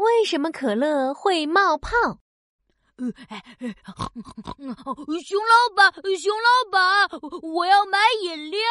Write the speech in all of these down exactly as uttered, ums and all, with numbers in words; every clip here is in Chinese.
为什么可乐会冒泡？ 熊老板，熊老板，我要买饮料。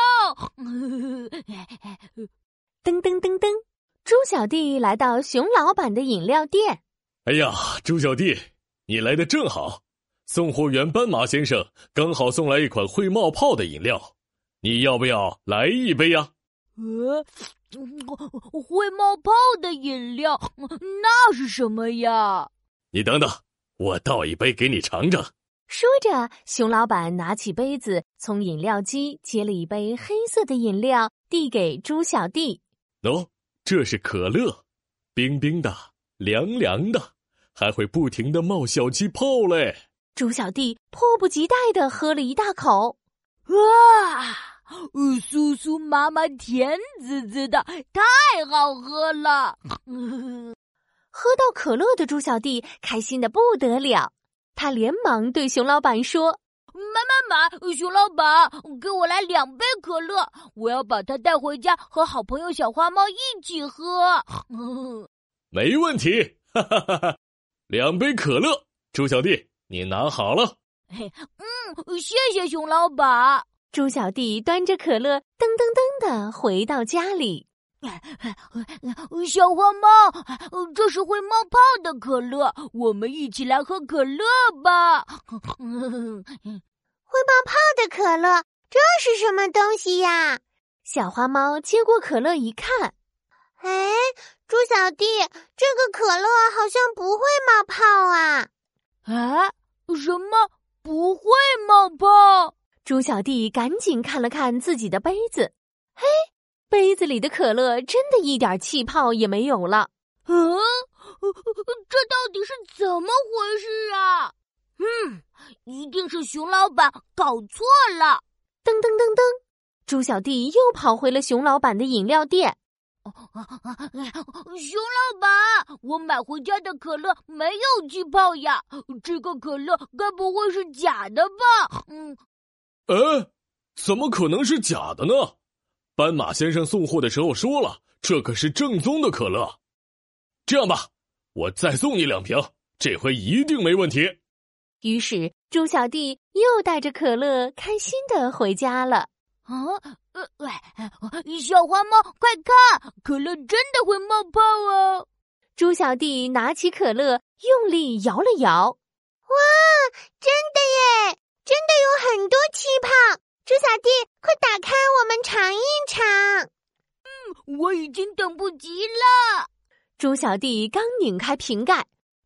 噔噔噔噔，猪小弟来到熊老板的饮料店。 哎呀，猪小弟，你来的正好，送货员斑马先生刚好送来一款会冒泡的饮料，你要不要来一杯呀？ 呃，会冒泡的饮料，那是什么呀？ 你等等，我倒一杯给你尝尝。 说着，熊老板拿起杯子，从饮料机接了一杯黑色的饮料，递给猪小弟。 喏，这是可乐，冰冰的，凉凉的，还会不停地冒小气泡嘞。 猪小弟迫不及待地喝了一大口。 哇！酥酥麻麻，甜滋滋的，太好喝了！ 喝到可乐的猪小弟开心的不得了，他连忙对熊老板说：“ 买买买，熊老板，给我来两杯可乐，我要把它带回家和好朋友小花猫一起喝。” 没问题，哈哈哈哈！两杯可乐，猪小弟，你拿好了。 嗯，谢谢熊老板。 猪小弟端着可乐噔噔噔地回到家里。 小花猫，这是会冒泡的可乐，我们一起来喝可乐吧。 会冒泡的可乐，这是什么东西呀？ 小花猫接过可乐一看， 哎，猪小弟，这个可乐好像不会冒泡啊。 啊？什么不会冒泡？ 猪小弟赶紧看了看自己的杯子，嘿，杯子里的可乐真的一点气泡也没有了。 嗯，这到底是怎么回事啊？嗯，一定是熊老板搞错了。 噔噔噔噔，猪小弟又跑回了熊老板的饮料店。 熊老板，我买回家的可乐没有气泡呀，这个可乐该不会是假的吧？嗯。 哎，怎么可能是假的呢？斑马先生送货的时候说了，这可是正宗的可乐。这样吧，我再送你两瓶，这回一定没问题。 于是猪小弟又带着可乐开心地回家了。 啊，呃，小花猫，快看，可乐真的会冒泡哦！ 猪小弟拿起可乐，用力摇了摇。 哇，真的耶！真的有很多气泡，猪小弟，快打开，我们尝一尝。 嗯，我已经等不及了。 猪小弟刚拧开瓶盖，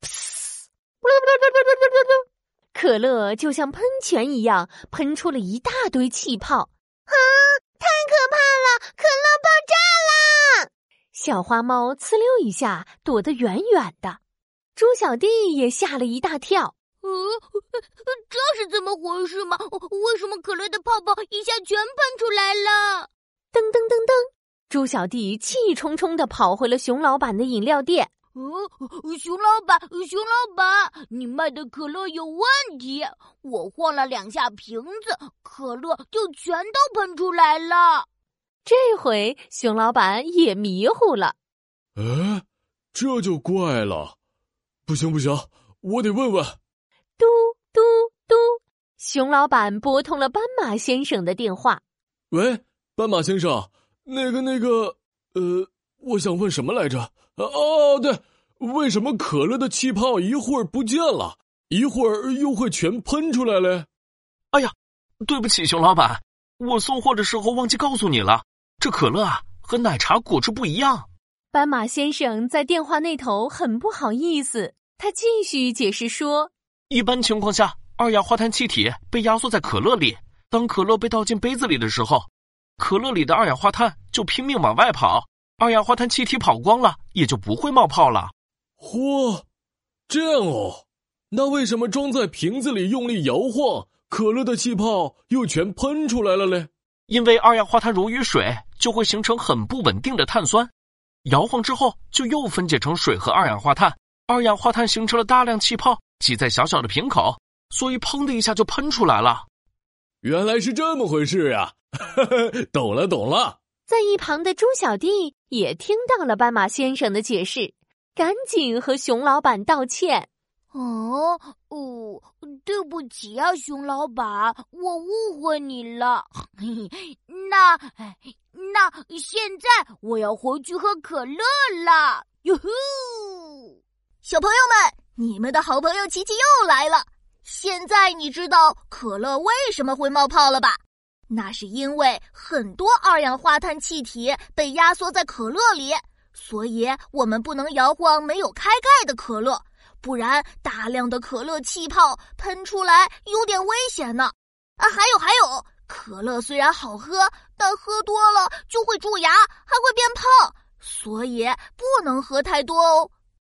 可乐就像喷泉一样喷出了一大堆气泡。 啊，太可怕了！可乐爆炸啦！ 小花猫呲溜一下躲得远远的，猪小弟也吓了一大跳。 呃，这是怎么回事吗？为什么可乐的泡泡一下全喷出来了？ 噔噔噔噔，猪小弟气冲冲地跑回了熊老板的饮料店。 哦，熊老板，熊老板，你卖的可乐有问题！我晃了两下瓶子，可乐就全都喷出来了。 这回熊老板也迷糊了。 哎，这就怪了，不行不行，我得问问。 嘟嘟嘟，熊老板拨通了斑马先生的电话。 喂，斑马先生，那个那个，呃，我想问什么来着？哦，对，为什么可乐的气泡一会儿不见了，一会儿又会全喷出来嘞？ 哎呀，对不起，熊老板，我送货的时候忘记告诉你了，这可乐啊和奶茶果汁不一样。 斑马先生在电话那头很不好意思，他继续解释说， 一般情况下，二氧化碳气体被压缩在可乐里，当可乐被倒进杯子里的时候，可乐里的二氧化碳就拼命往外跑，二氧化碳气体跑光了，也就不会冒泡了。 嚯，这样哦，那为什么装在瓶子里用力摇晃，可乐的气泡又全喷出来了嘞？ 因为二氧化碳溶于水，就会形成很不稳定的碳酸，摇晃之后就又分解成水和二氧化碳，二氧化碳形成了大量气泡，挤在小小的瓶口，所以砰的一下就喷出来了。 原来是这么回事呀，懂了懂了。 在一旁的猪小弟也听到了斑马先生的解释， 赶紧和熊老板道歉。 哦哦，对不起啊，熊老板，我误会你了。那那现在我要回去喝可乐了。哟呼！ 小朋友们，你们的好朋友琪琪又来了。现在你知道可乐为什么会冒泡了吧？那是因为很多二氧化碳气体被压缩在可乐里，所以我们不能摇晃没有开盖的可乐，不然大量的可乐气泡喷出来有点危险呢。啊，还有还有，可乐虽然好喝，但喝多了就会蛀牙，还会变胖，所以不能喝太多哦。